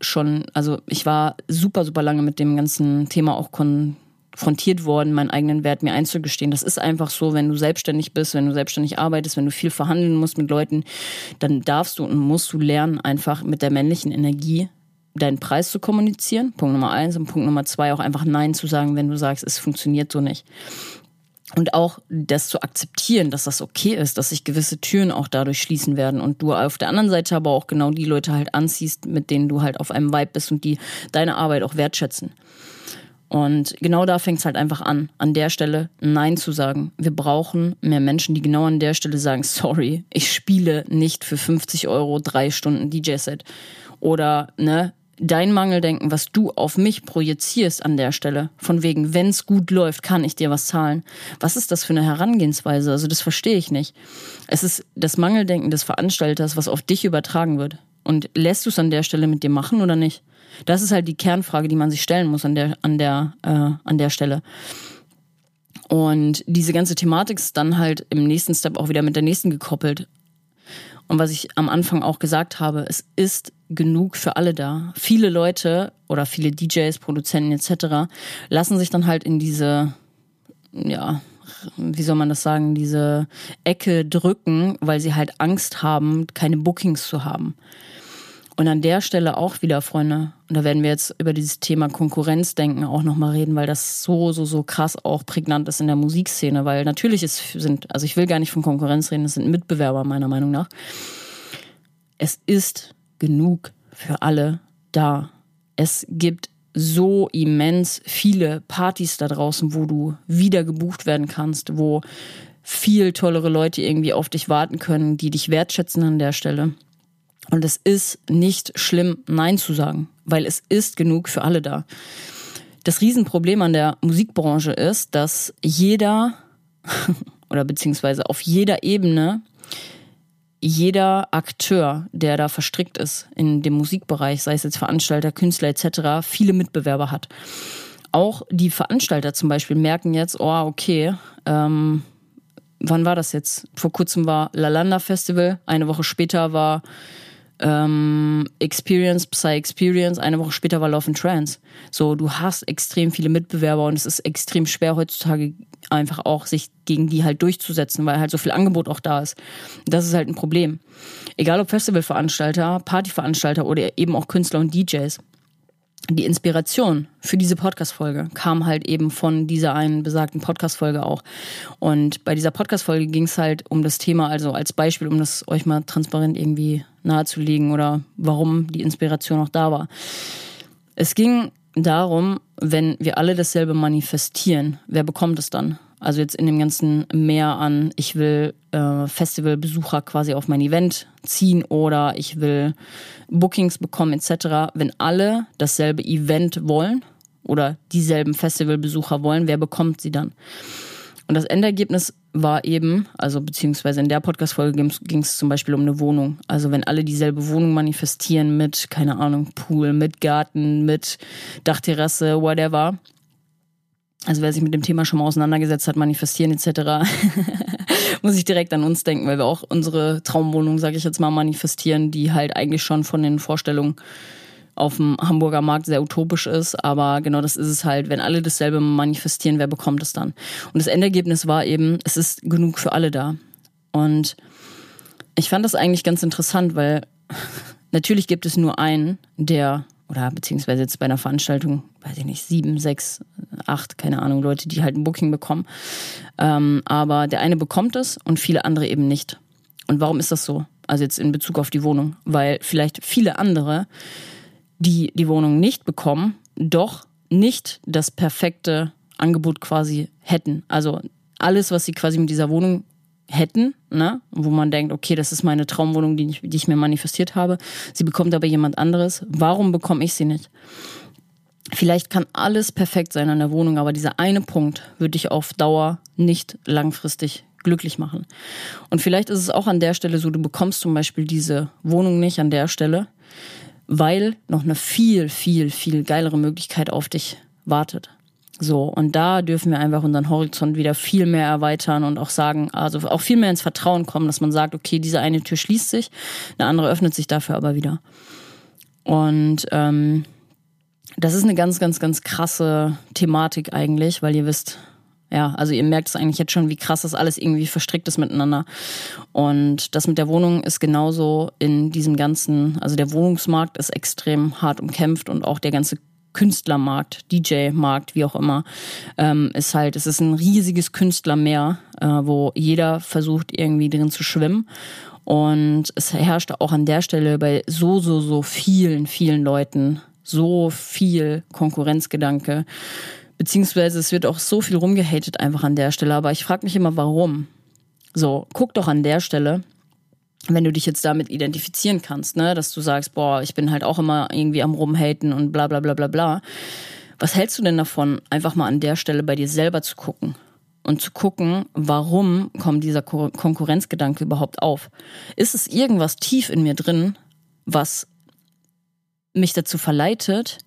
super, super lange mit dem ganzen Thema auch konfrontiert worden, meinen eigenen Wert mir einzugestehen. Das ist einfach so, wenn du selbstständig bist, wenn du selbstständig arbeitest, wenn du viel verhandeln musst mit Leuten, dann darfst du und musst du lernen, einfach mit der männlichen Energie deinen Preis zu kommunizieren. Punkt Nummer 1 und Punkt Nummer 2 auch einfach Nein zu sagen, wenn du sagst, es funktioniert so nicht. Und auch das zu akzeptieren, dass das okay ist, dass sich gewisse Türen auch dadurch schließen werden und du auf der anderen Seite aber auch genau die Leute halt anziehst, mit denen du halt auf einem Vibe bist und die deine Arbeit auch wertschätzen. Und genau da fängt es halt einfach an der Stelle Nein zu sagen. Wir brauchen mehr Menschen, die genau an der Stelle sagen, sorry, ich spiele nicht für 50 Euro 3 Stunden DJ-Set. Oder, dein Mangeldenken, was du auf mich projizierst an der Stelle, von wegen, wenn es gut läuft, kann ich dir was zahlen. Was ist das für eine Herangehensweise? Also das verstehe ich nicht. Es ist das Mangeldenken des Veranstalters, was auf dich übertragen wird. Und lässt du es an der Stelle mit dir machen oder nicht? Das ist halt die Kernfrage, die man sich stellen muss an der Stelle. Und diese ganze Thematik ist dann halt im nächsten Step auch wieder mit der nächsten gekoppelt. Und was ich am Anfang auch gesagt habe, es ist genug für alle da. Viele Leute oder viele DJs, Produzenten etc. lassen sich dann halt in diese, wie soll man das sagen, diese Ecke drücken, weil sie halt Angst haben, keine Bookings zu haben. Und an der Stelle auch wieder, Freunde, und da werden wir jetzt über dieses Thema Konkurrenzdenken auch nochmal reden, weil das so krass auch prägnant ist in der Musikszene, weil natürlich also ich will gar nicht von Konkurrenz reden, es sind Mitbewerber meiner Meinung nach. Es ist genug für alle da. Es gibt so immens viele Partys da draußen, wo du wieder gebucht werden kannst, wo viel tollere Leute irgendwie auf dich warten können, die dich wertschätzen an der Stelle. Und es ist nicht schlimm, Nein zu sagen, weil es ist genug für alle da. Das Riesenproblem an der Musikbranche ist, dass jeder oder beziehungsweise auf jeder Ebene jeder Akteur, der da verstrickt ist in dem Musikbereich, sei es jetzt Veranstalter, Künstler etc., viele Mitbewerber hat. Auch die Veranstalter zum Beispiel merken jetzt, oh okay, wann war das jetzt? Vor kurzem war Lalanda Festival, eine Woche später war Psy Experience, eine Woche später war Love and Trance. So, du hast extrem viele Mitbewerber und es ist extrem schwer heutzutage einfach auch, sich gegen die halt durchzusetzen, weil halt so viel Angebot auch da ist. Das ist halt ein Problem. Egal ob Festivalveranstalter, Partyveranstalter oder eben auch Künstler und DJs. Die Inspiration für diese Podcast-Folge kam halt eben von dieser einen besagten Podcast-Folge auch. Und bei dieser Podcast-Folge ging es halt um das Thema, also als Beispiel, um das euch mal transparent irgendwie nahezulegen oder warum die Inspiration auch da war. Es ging darum, wenn wir alle dasselbe manifestieren, wer bekommt es dann? Also jetzt in dem ganzen Meer an, ich will Festivalbesucher quasi auf mein Event ziehen oder ich will Bookings bekommen etc. Wenn alle dasselbe Event wollen oder dieselben Festivalbesucher wollen, wer bekommt sie dann? Und das Endergebnis war eben, also beziehungsweise in der Podcast-Folge ging es zum Beispiel um eine Wohnung. Also wenn alle dieselbe Wohnung manifestieren mit, keine Ahnung, Pool, mit Garten, mit Dachterrasse, whatever. Also wer sich mit dem Thema schon mal auseinandergesetzt hat, manifestieren etc., muss ich direkt an uns denken, weil wir auch unsere Traumwohnung, sage ich jetzt mal, manifestieren, die halt eigentlich schon von den Vorstellungen auf dem Hamburger Markt sehr utopisch ist. Aber genau das ist es halt, wenn alle dasselbe manifestieren, wer bekommt es dann? Und das Endergebnis war eben, es ist genug für alle da. Und ich fand das eigentlich ganz interessant, weil natürlich gibt es nur einen, der oder beziehungsweise jetzt bei einer Veranstaltung, weiß ich nicht, 7, 6, 8, keine Ahnung, Leute, die halt ein Booking bekommen. Aber der eine bekommt es und viele andere eben nicht. Und warum ist das so? Also jetzt in Bezug auf die Wohnung. Weil vielleicht viele andere, die die Wohnung nicht bekommen, doch nicht das perfekte Angebot quasi hätten. Also alles, was sie quasi mit dieser Wohnung hätten, ne, wo man denkt, okay, das ist meine Traumwohnung, die ich mir manifestiert habe. Sie bekommt aber jemand anderes. Warum bekomme ich sie nicht? Vielleicht kann alles perfekt sein an der Wohnung, aber dieser eine Punkt würde dich auf Dauer nicht langfristig glücklich machen. Und vielleicht ist es auch an der Stelle so, du bekommst zum Beispiel diese Wohnung nicht an der Stelle, weil noch eine viel, viel, viel geilere Möglichkeit auf dich wartet. So, und da dürfen wir einfach unseren Horizont wieder viel mehr erweitern und auch sagen, also auch viel mehr ins Vertrauen kommen, dass man sagt, okay, diese eine Tür schließt sich, eine andere öffnet sich dafür aber wieder. Und das ist eine ganz, ganz, ganz krasse Thematik eigentlich, weil ihr wisst, ja, also ihr merkt es eigentlich jetzt schon, wie krass das alles irgendwie verstrickt ist miteinander. Und das mit der Wohnung ist genauso in diesem ganzen, also der Wohnungsmarkt ist extrem hart umkämpft und auch der ganze Künstlermarkt, DJ-Markt, wie auch immer, es ist ein riesiges Künstlermeer, wo jeder versucht irgendwie drin zu schwimmen. Und es herrscht auch an der Stelle bei so vielen, vielen Leuten so viel Konkurrenzgedanke. Beziehungsweise es wird auch so viel rumgehatet einfach an der Stelle. Aber ich frage mich immer, warum? So, guck doch an der Stelle, wenn du dich jetzt damit identifizieren kannst, ne, dass du sagst, boah, ich bin halt auch immer irgendwie am Rumhaten und bla bla bla bla bla. Was hältst du denn davon, einfach mal an der Stelle bei dir selber zu gucken? Und zu gucken, warum kommt dieser Konkurrenzgedanke überhaupt auf? Ist es irgendwas tief in mir drin, was mich dazu verleitet,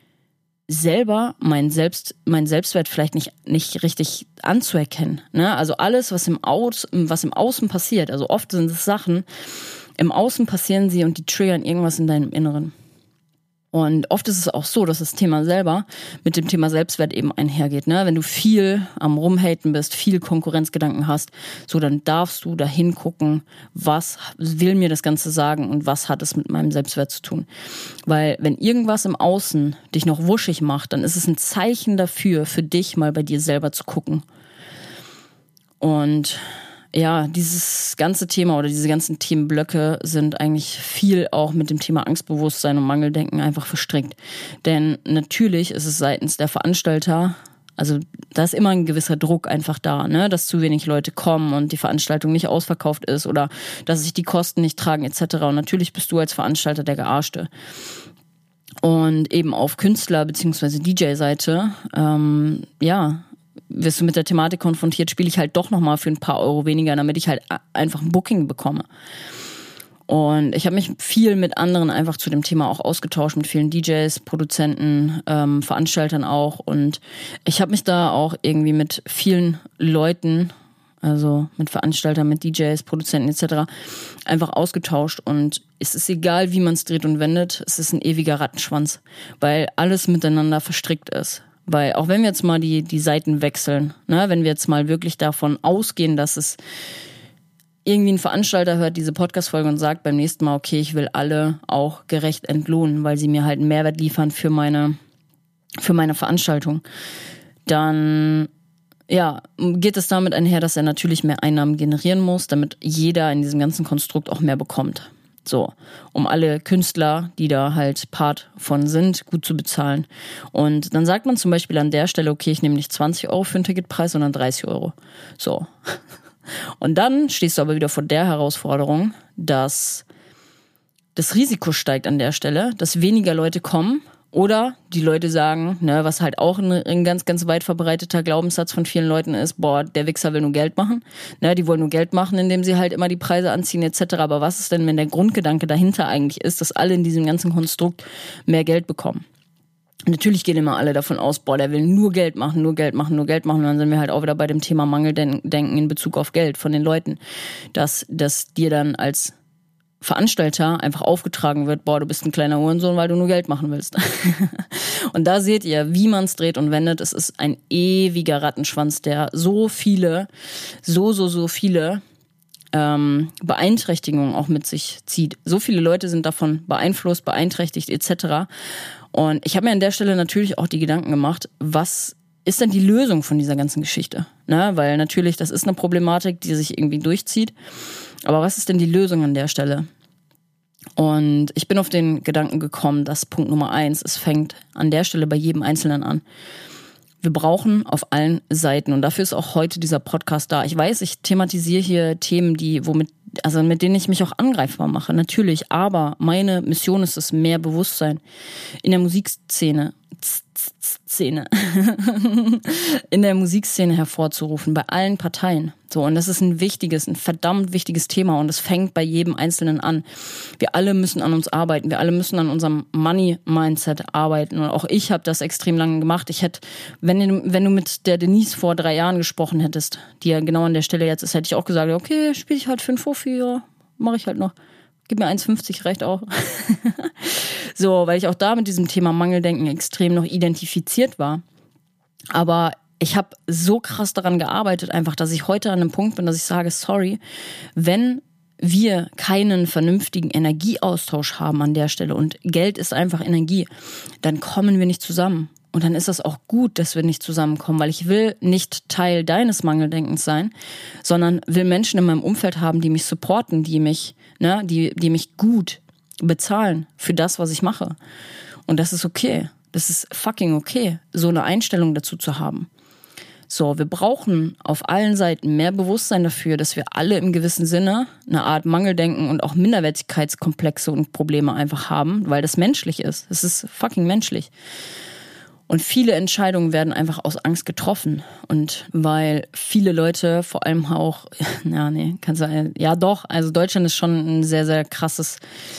selber meinen Selbstwert vielleicht nicht richtig anzuerkennen. Ne? Also alles, was im Außen passiert, also oft sind es Sachen, im Außen passieren sie und die triggern irgendwas in deinem Inneren. Und oft ist es auch so, dass das Thema selber mit dem Thema Selbstwert eben einhergeht. Ne? Wenn du viel am Rumhaten bist, viel Konkurrenzgedanken hast, so dann darfst du da hingucken, was will mir das Ganze sagen und was hat es mit meinem Selbstwert zu tun. Weil wenn irgendwas im Außen dich noch wuschig macht, dann ist es ein Zeichen dafür, für dich mal bei dir selber zu gucken. Und ja, dieses ganze Thema oder diese ganzen Themenblöcke sind eigentlich viel auch mit dem Thema Angstbewusstsein und Mangeldenken einfach verstrickt. Denn natürlich ist es seitens der Veranstalter, also da ist immer ein gewisser Druck einfach da, ne, dass zu wenig Leute kommen und die Veranstaltung nicht ausverkauft ist oder dass sich die Kosten nicht tragen etc. Und natürlich bist du als Veranstalter der Gearschte. Und eben auf Künstler- bzw. DJ-Seite, wirst du mit der Thematik konfrontiert, spiele ich halt doch nochmal für ein paar Euro weniger, damit ich halt einfach ein Booking bekomme. Und ich habe mich viel mit anderen einfach zu dem Thema auch ausgetauscht, mit vielen DJs, Produzenten, Veranstaltern auch. Und ich habe mich da auch irgendwie mit vielen Leuten, also mit Veranstaltern, mit DJs, Produzenten etc. einfach ausgetauscht. Und es ist egal, wie man es dreht und wendet, es ist ein ewiger Rattenschwanz, weil alles miteinander verstrickt ist. Weil auch wenn wir jetzt mal die Seiten wechseln, ne, wenn wir jetzt mal wirklich davon ausgehen, dass es irgendwie ein Veranstalter hört diese Podcast-Folge und sagt beim nächsten Mal, okay, ich will alle auch gerecht entlohnen, weil sie mir halt einen Mehrwert liefern für meine Veranstaltung, dann geht es damit einher, dass er natürlich mehr Einnahmen generieren muss, damit jeder in diesem ganzen Konstrukt auch mehr bekommt. So, um alle Künstler, die da halt Part von sind, gut zu bezahlen. Und dann sagt man zum Beispiel an der Stelle, okay, ich nehme nicht 20 Euro für den Ticketpreis, sondern 30 Euro. So. Und dann stehst du aber wieder vor der Herausforderung, dass das Risiko steigt an der Stelle, dass weniger Leute kommen. Oder die Leute sagen, ne, was halt auch ein ganz, ganz weit verbreiteter Glaubenssatz von vielen Leuten ist, boah, der Wichser will nur Geld machen. Ne, die wollen nur Geld machen, indem sie halt immer die Preise anziehen etc. Aber was ist denn, wenn der Grundgedanke dahinter eigentlich ist, dass alle in diesem ganzen Konstrukt mehr Geld bekommen? Natürlich gehen immer alle davon aus, boah, der will nur Geld machen, nur Geld machen, nur Geld machen. Und dann sind wir halt auch wieder bei dem Thema Mangeldenken in Bezug auf Geld von den Leuten. Dass dir dann als Veranstalter einfach aufgetragen wird, boah, du bist ein kleiner Hurensohn, weil du nur Geld machen willst. Und da seht ihr, wie man es dreht und wendet. Es ist ein ewiger Rattenschwanz, der so viele Beeinträchtigungen auch mit sich zieht. So viele Leute sind davon beeinflusst, beeinträchtigt etc. Und ich habe mir an der Stelle natürlich auch die Gedanken gemacht, was ist denn die Lösung von dieser ganzen Geschichte? Ne? Weil natürlich, das ist eine Problematik, die sich irgendwie durchzieht. Aber was ist denn die Lösung an der Stelle? Und ich bin auf den Gedanken gekommen, dass Punkt Nummer 1, es fängt an der Stelle bei jedem Einzelnen an. Wir brauchen auf allen Seiten, und dafür ist auch heute dieser Podcast da. Ich weiß, ich thematisiere hier Themen, mit denen ich mich auch angreifbar mache, natürlich. Aber meine Mission ist es, mehr Bewusstsein in der Musikszene hervorzurufen, bei allen Parteien. So, und das ist ein verdammt wichtiges Thema, und es fängt bei jedem Einzelnen an. Wir alle müssen an uns arbeiten, wir alle müssen an unserem Money-Mindset arbeiten. Und auch ich habe das extrem lange gemacht. Ich hätte, wenn du mit der Denise vor 3 Jahren gesprochen hättest, die ja genau an der Stelle jetzt ist, hätte ich auch gesagt, okay, spiele ich halt für einen Fuffi, ja, mache ich halt noch. Gib mir 1,50, reicht auch. So, weil ich auch da mit diesem Thema Mangeldenken extrem noch identifiziert war. Aber ich habe so krass daran gearbeitet, einfach, dass ich heute an einem Punkt bin, dass ich sage, sorry, wenn wir keinen vernünftigen Energieaustausch haben an der Stelle und Geld ist einfach Energie, dann kommen wir nicht zusammen. Und dann ist das auch gut, dass wir nicht zusammenkommen, weil ich will nicht Teil deines Mangeldenkens sein, sondern will Menschen in meinem Umfeld haben, die mich supporten, die mich gut bezahlen für das, was ich mache. Und das ist okay. Das ist fucking okay, so eine Einstellung dazu zu haben. So, wir brauchen auf allen Seiten mehr Bewusstsein dafür, dass wir alle im gewissen Sinne eine Art Mangeldenken und auch Minderwertigkeitskomplexe und Probleme einfach haben, weil das menschlich ist. Es ist fucking menschlich. Und viele Entscheidungen werden einfach aus Angst getroffen. Und weil viele Leute vor allem auch, also Deutschland ist schon ein sehr, sehr krasses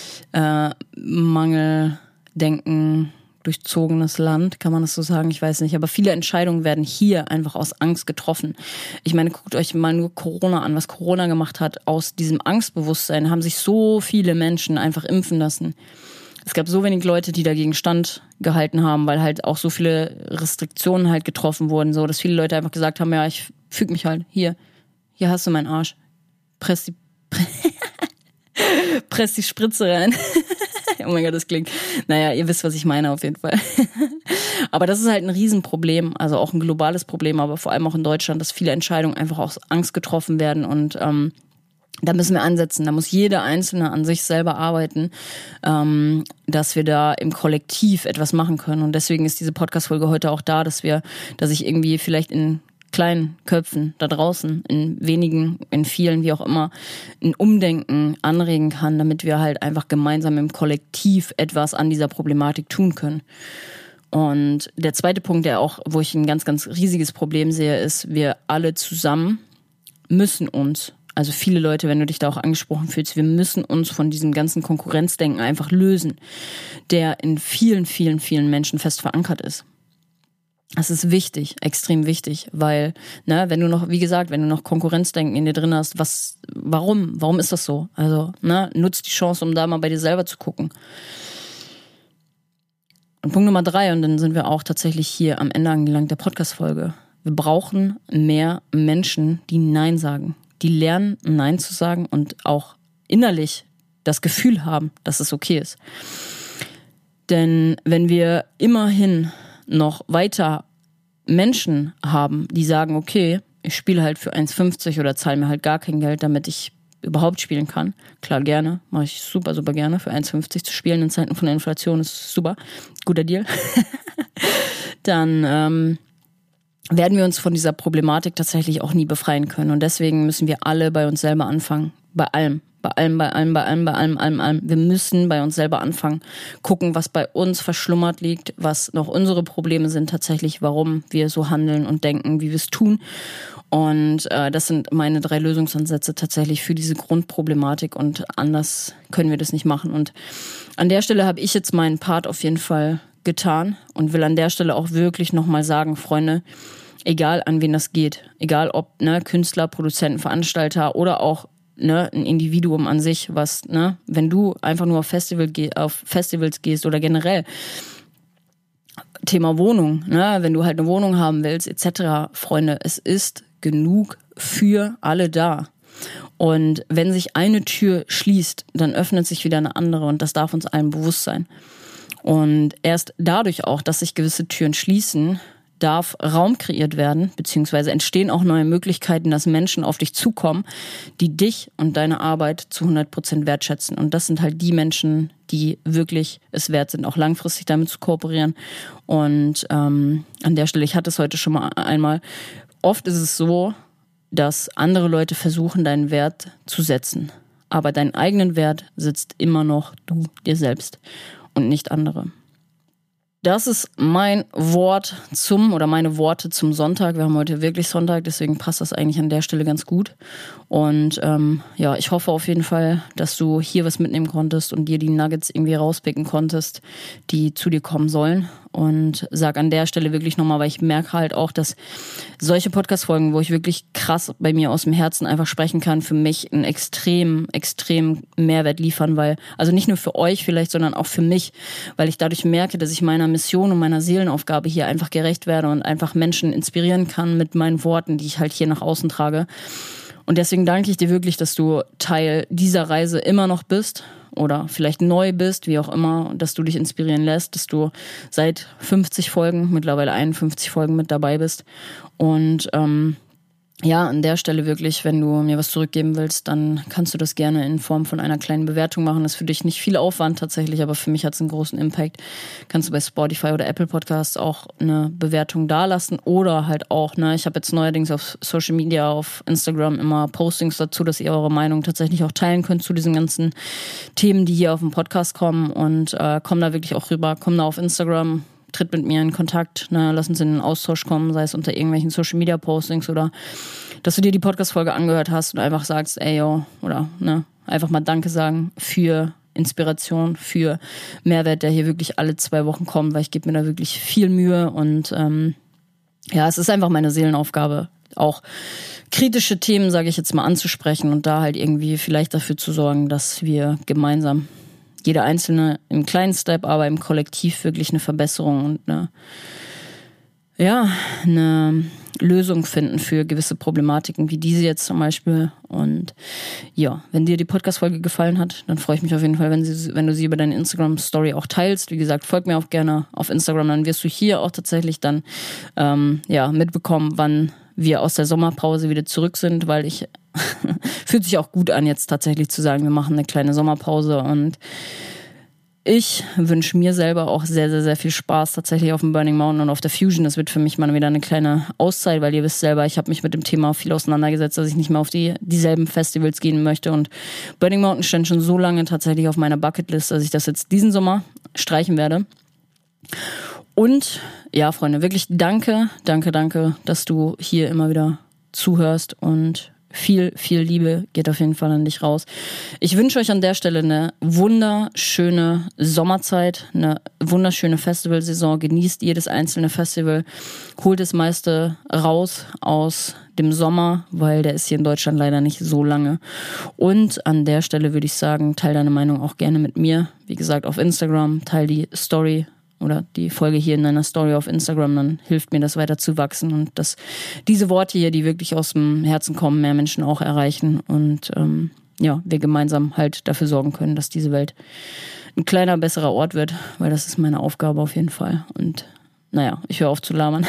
Mangeldenken durchzogenes Land, kann man das so sagen? Ich weiß nicht. Aber viele Entscheidungen werden hier einfach aus Angst getroffen. Ich meine, guckt euch mal nur Corona an, was Corona gemacht hat. Aus diesem Angstbewusstsein haben sich so viele Menschen einfach impfen lassen. es gab so wenig Leute, die dagegen standgehalten haben, weil halt auch so viele Restriktionen halt getroffen wurden, so dass viele Leute einfach gesagt haben, ja, ich füge mich halt, hier hast du meinen Arsch, press die Spritze rein. Oh mein Gott, das klingt, naja, ihr wisst, was ich meine auf jeden Fall. Aber das ist halt ein Riesenproblem, also auch ein globales Problem, aber vor allem auch in Deutschland, dass viele Entscheidungen einfach aus Angst getroffen werden und da müssen wir ansetzen, da muss jeder Einzelne an sich selber arbeiten, dass wir da im Kollektiv etwas machen können und deswegen ist diese Podcast-Folge heute auch da, dass ich irgendwie vielleicht in kleinen Köpfen da draußen, in wenigen, in vielen, wie auch immer, ein Umdenken anregen kann, damit wir halt einfach gemeinsam im Kollektiv etwas an dieser Problematik tun können. Und der zweite Punkt, wo ich ein ganz, ganz riesiges Problem sehe, ist, wir alle zusammen müssen uns, also viele Leute, wenn du dich da auch angesprochen fühlst, wir müssen uns von diesem ganzen Konkurrenzdenken einfach lösen, der in vielen, vielen, vielen Menschen fest verankert ist. Das ist wichtig, extrem wichtig, weil, wenn du noch Konkurrenzdenken in dir drin hast, warum ist das so? Also, nutz die Chance, um da mal bei dir selber zu gucken. Und Punkt Nummer 3, und dann sind wir auch tatsächlich hier am Ende angelangt der Podcast-Folge. Wir brauchen mehr Menschen, die Nein sagen, die lernen, Nein zu sagen und auch innerlich das Gefühl haben, dass es okay ist. Denn wenn wir immerhin noch weiter Menschen haben, die sagen, okay, ich spiele halt für 1,50 oder zahle mir halt gar kein Geld, damit ich überhaupt spielen kann. Klar, gerne, mache ich super, super gerne. Für 1,50 zu spielen in Zeiten von der Inflation ist super, guter Deal. Dann werden wir uns von dieser Problematik tatsächlich auch nie befreien können. Und deswegen müssen wir alle bei uns selber anfangen. Bei allem. Wir müssen bei uns selber anfangen, gucken, was bei uns verschlummert liegt, was noch unsere Probleme sind tatsächlich, warum wir so handeln und denken, wie wir es tun. Und das sind meine 3 Lösungsansätze tatsächlich für diese Grundproblematik und anders können wir das nicht machen. Und an der Stelle habe ich jetzt meinen Part auf jeden Fall getan und will an der Stelle auch wirklich nochmal sagen, Freunde, egal an wen das geht, egal ob Künstler, Produzenten, Veranstalter oder auch ein Individuum an sich, wenn du einfach nur auf Festivals gehst oder generell Thema Wohnung, wenn du halt eine Wohnung haben willst, etc., Freunde, es ist genug für alle da. Und wenn sich eine Tür schließt, dann öffnet sich wieder eine andere und das darf uns allen bewusst sein. Und erst dadurch auch, dass sich gewisse Türen schließen, darf Raum kreiert werden, beziehungsweise entstehen auch neue Möglichkeiten, dass Menschen auf dich zukommen, die dich und deine Arbeit zu 100% wertschätzen. Und das sind halt die Menschen, die wirklich es wert sind, auch langfristig damit zu kooperieren. Und an der Stelle, ich hatte es heute schon mal einmal, oft ist es so, dass andere Leute versuchen, deinen Wert zu setzen. Aber deinen eigenen Wert sitzt immer noch du dir selbst und nicht andere. Das ist meine Worte zum Sonntag. Wir haben heute wirklich Sonntag, deswegen passt das eigentlich an der Stelle ganz gut. Und ich hoffe auf jeden Fall, dass du hier was mitnehmen konntest und dir die Nuggets irgendwie rauspicken konntest, die zu dir kommen sollen. Und sag an der Stelle wirklich nochmal, weil ich merke halt auch, dass solche Podcast-Folgen, wo ich wirklich krass bei mir aus dem Herzen einfach sprechen kann, für mich einen extrem, extrem Mehrwert liefern, weil, also nicht nur für euch vielleicht, sondern auch für mich, weil ich dadurch merke, dass ich meiner Mission und meiner Seelenaufgabe hier einfach gerecht werde und einfach Menschen inspirieren kann mit meinen Worten, die ich halt hier nach außen trage. Und deswegen danke ich dir wirklich, dass du Teil dieser Reise immer noch bist oder vielleicht neu bist, wie auch immer, dass du dich inspirieren lässt, dass du seit 50 Folgen, mittlerweile 51 Folgen mit dabei bist. Und an der Stelle wirklich, wenn du mir was zurückgeben willst, dann kannst du das gerne in Form von einer kleinen Bewertung machen. Das ist für dich nicht viel Aufwand tatsächlich, aber für mich hat es einen großen Impact. Kannst du bei Spotify oder Apple Podcasts auch eine Bewertung dalassen oder halt auch, ich habe jetzt neuerdings auf Social Media, auf Instagram immer Postings dazu, dass ihr eure Meinung tatsächlich auch teilen könnt zu diesen ganzen Themen, die hier auf dem Podcast kommen und komm da wirklich auch rüber, komm da auf Instagram, tritt mit mir in Kontakt, lass uns in den Austausch kommen, sei es unter irgendwelchen Social-Media-Postings oder dass du dir die Podcast-Folge angehört hast und einfach sagst, ey, yo, oder einfach mal Danke sagen für Inspiration, für Mehrwert, der hier wirklich alle 2 Wochen kommt, weil ich gebe mir da wirklich viel Mühe und es ist einfach meine Seelenaufgabe, auch kritische Themen, sage ich jetzt mal, anzusprechen und da halt irgendwie vielleicht dafür zu sorgen, dass wir gemeinsam jeder Einzelne im kleinen Step, aber im Kollektiv wirklich eine Verbesserung und eine Lösung finden für gewisse Problematiken, wie diese jetzt zum Beispiel. Und ja, wenn dir die Podcast-Folge gefallen hat, dann freue ich mich auf jeden Fall, wenn du sie über deine Instagram-Story auch teilst. Wie gesagt, folg mir auch gerne auf Instagram, dann wirst du hier auch tatsächlich dann mitbekommen, wann wir aus der Sommerpause wieder zurück sind, weil fühlt sich auch gut an, jetzt tatsächlich zu sagen, wir machen eine kleine Sommerpause, und ich wünsche mir selber auch sehr, sehr, sehr viel Spaß tatsächlich auf dem Burning Mountain und auf der Fusion. Das wird für mich mal wieder eine kleine Auszeit, weil ihr wisst selber, ich habe mich mit dem Thema viel auseinandergesetzt, dass ich nicht mehr auf dieselben Festivals gehen möchte, und Burning Mountain stand schon so lange tatsächlich auf meiner Bucketlist, dass ich das jetzt diesen Sommer streichen werde. Und ja, Freunde, wirklich danke, dass du hier immer wieder zuhörst, und viel, viel Liebe geht auf jeden Fall an dich raus. Ich wünsche euch an der Stelle eine wunderschöne Sommerzeit, eine wunderschöne Festivalsaison. Genießt jedes einzelne Festival. Holt das meiste raus aus dem Sommer, weil der ist hier in Deutschland leider nicht so lange. Und an der Stelle würde ich sagen, teil deine Meinung auch gerne mit mir. Wie gesagt, auf Instagram, teil die Story oder die Folge hier in deiner Story auf Instagram, dann hilft mir das weiter zu wachsen, und dass diese Worte hier, die wirklich aus dem Herzen kommen, mehr Menschen auch erreichen, und wir gemeinsam halt dafür sorgen können, dass diese Welt ein kleiner, besserer Ort wird, weil das ist meine Aufgabe auf jeden Fall. Und ich höre auf zu labern.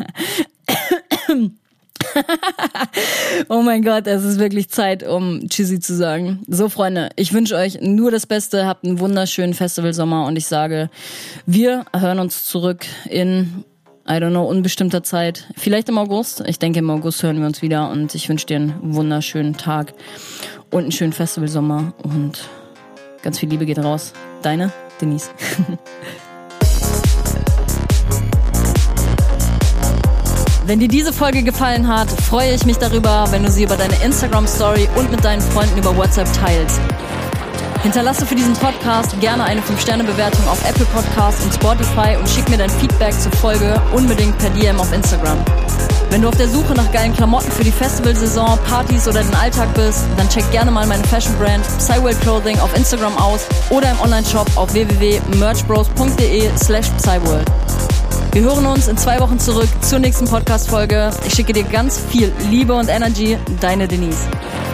Oh mein Gott, es ist wirklich Zeit, um Tschüssi zu sagen. So, Freunde, ich wünsche euch nur das Beste, habt einen wunderschönen Festivalsommer, und ich sage, wir hören uns zurück in, unbestimmter Zeit. Vielleicht im August. Ich denke, im August hören wir uns wieder, und ich wünsche dir einen wunderschönen Tag und einen schönen Festivalsommer, und ganz viel Liebe geht raus. Deine Denise. Wenn dir diese Folge gefallen hat, freue ich mich darüber, wenn du sie über deine Instagram-Story und mit deinen Freunden über WhatsApp teilst. Hinterlasse für diesen Podcast gerne eine 5-Sterne-Bewertung auf Apple Podcasts und Spotify und schick mir dein Feedback zur Folge unbedingt per DM auf Instagram. Wenn du auf der Suche nach geilen Klamotten für die Festivalsaison, Partys oder den Alltag bist, dann check gerne mal meine Fashion-Brand Psyworld Clothing auf Instagram aus oder im Onlineshop auf www.merchbros.de/Psyworld. Wir hören uns in 2 Wochen zurück zur nächsten Podcast-Folge. Ich schicke dir ganz viel Liebe und Energy. Deine Denise.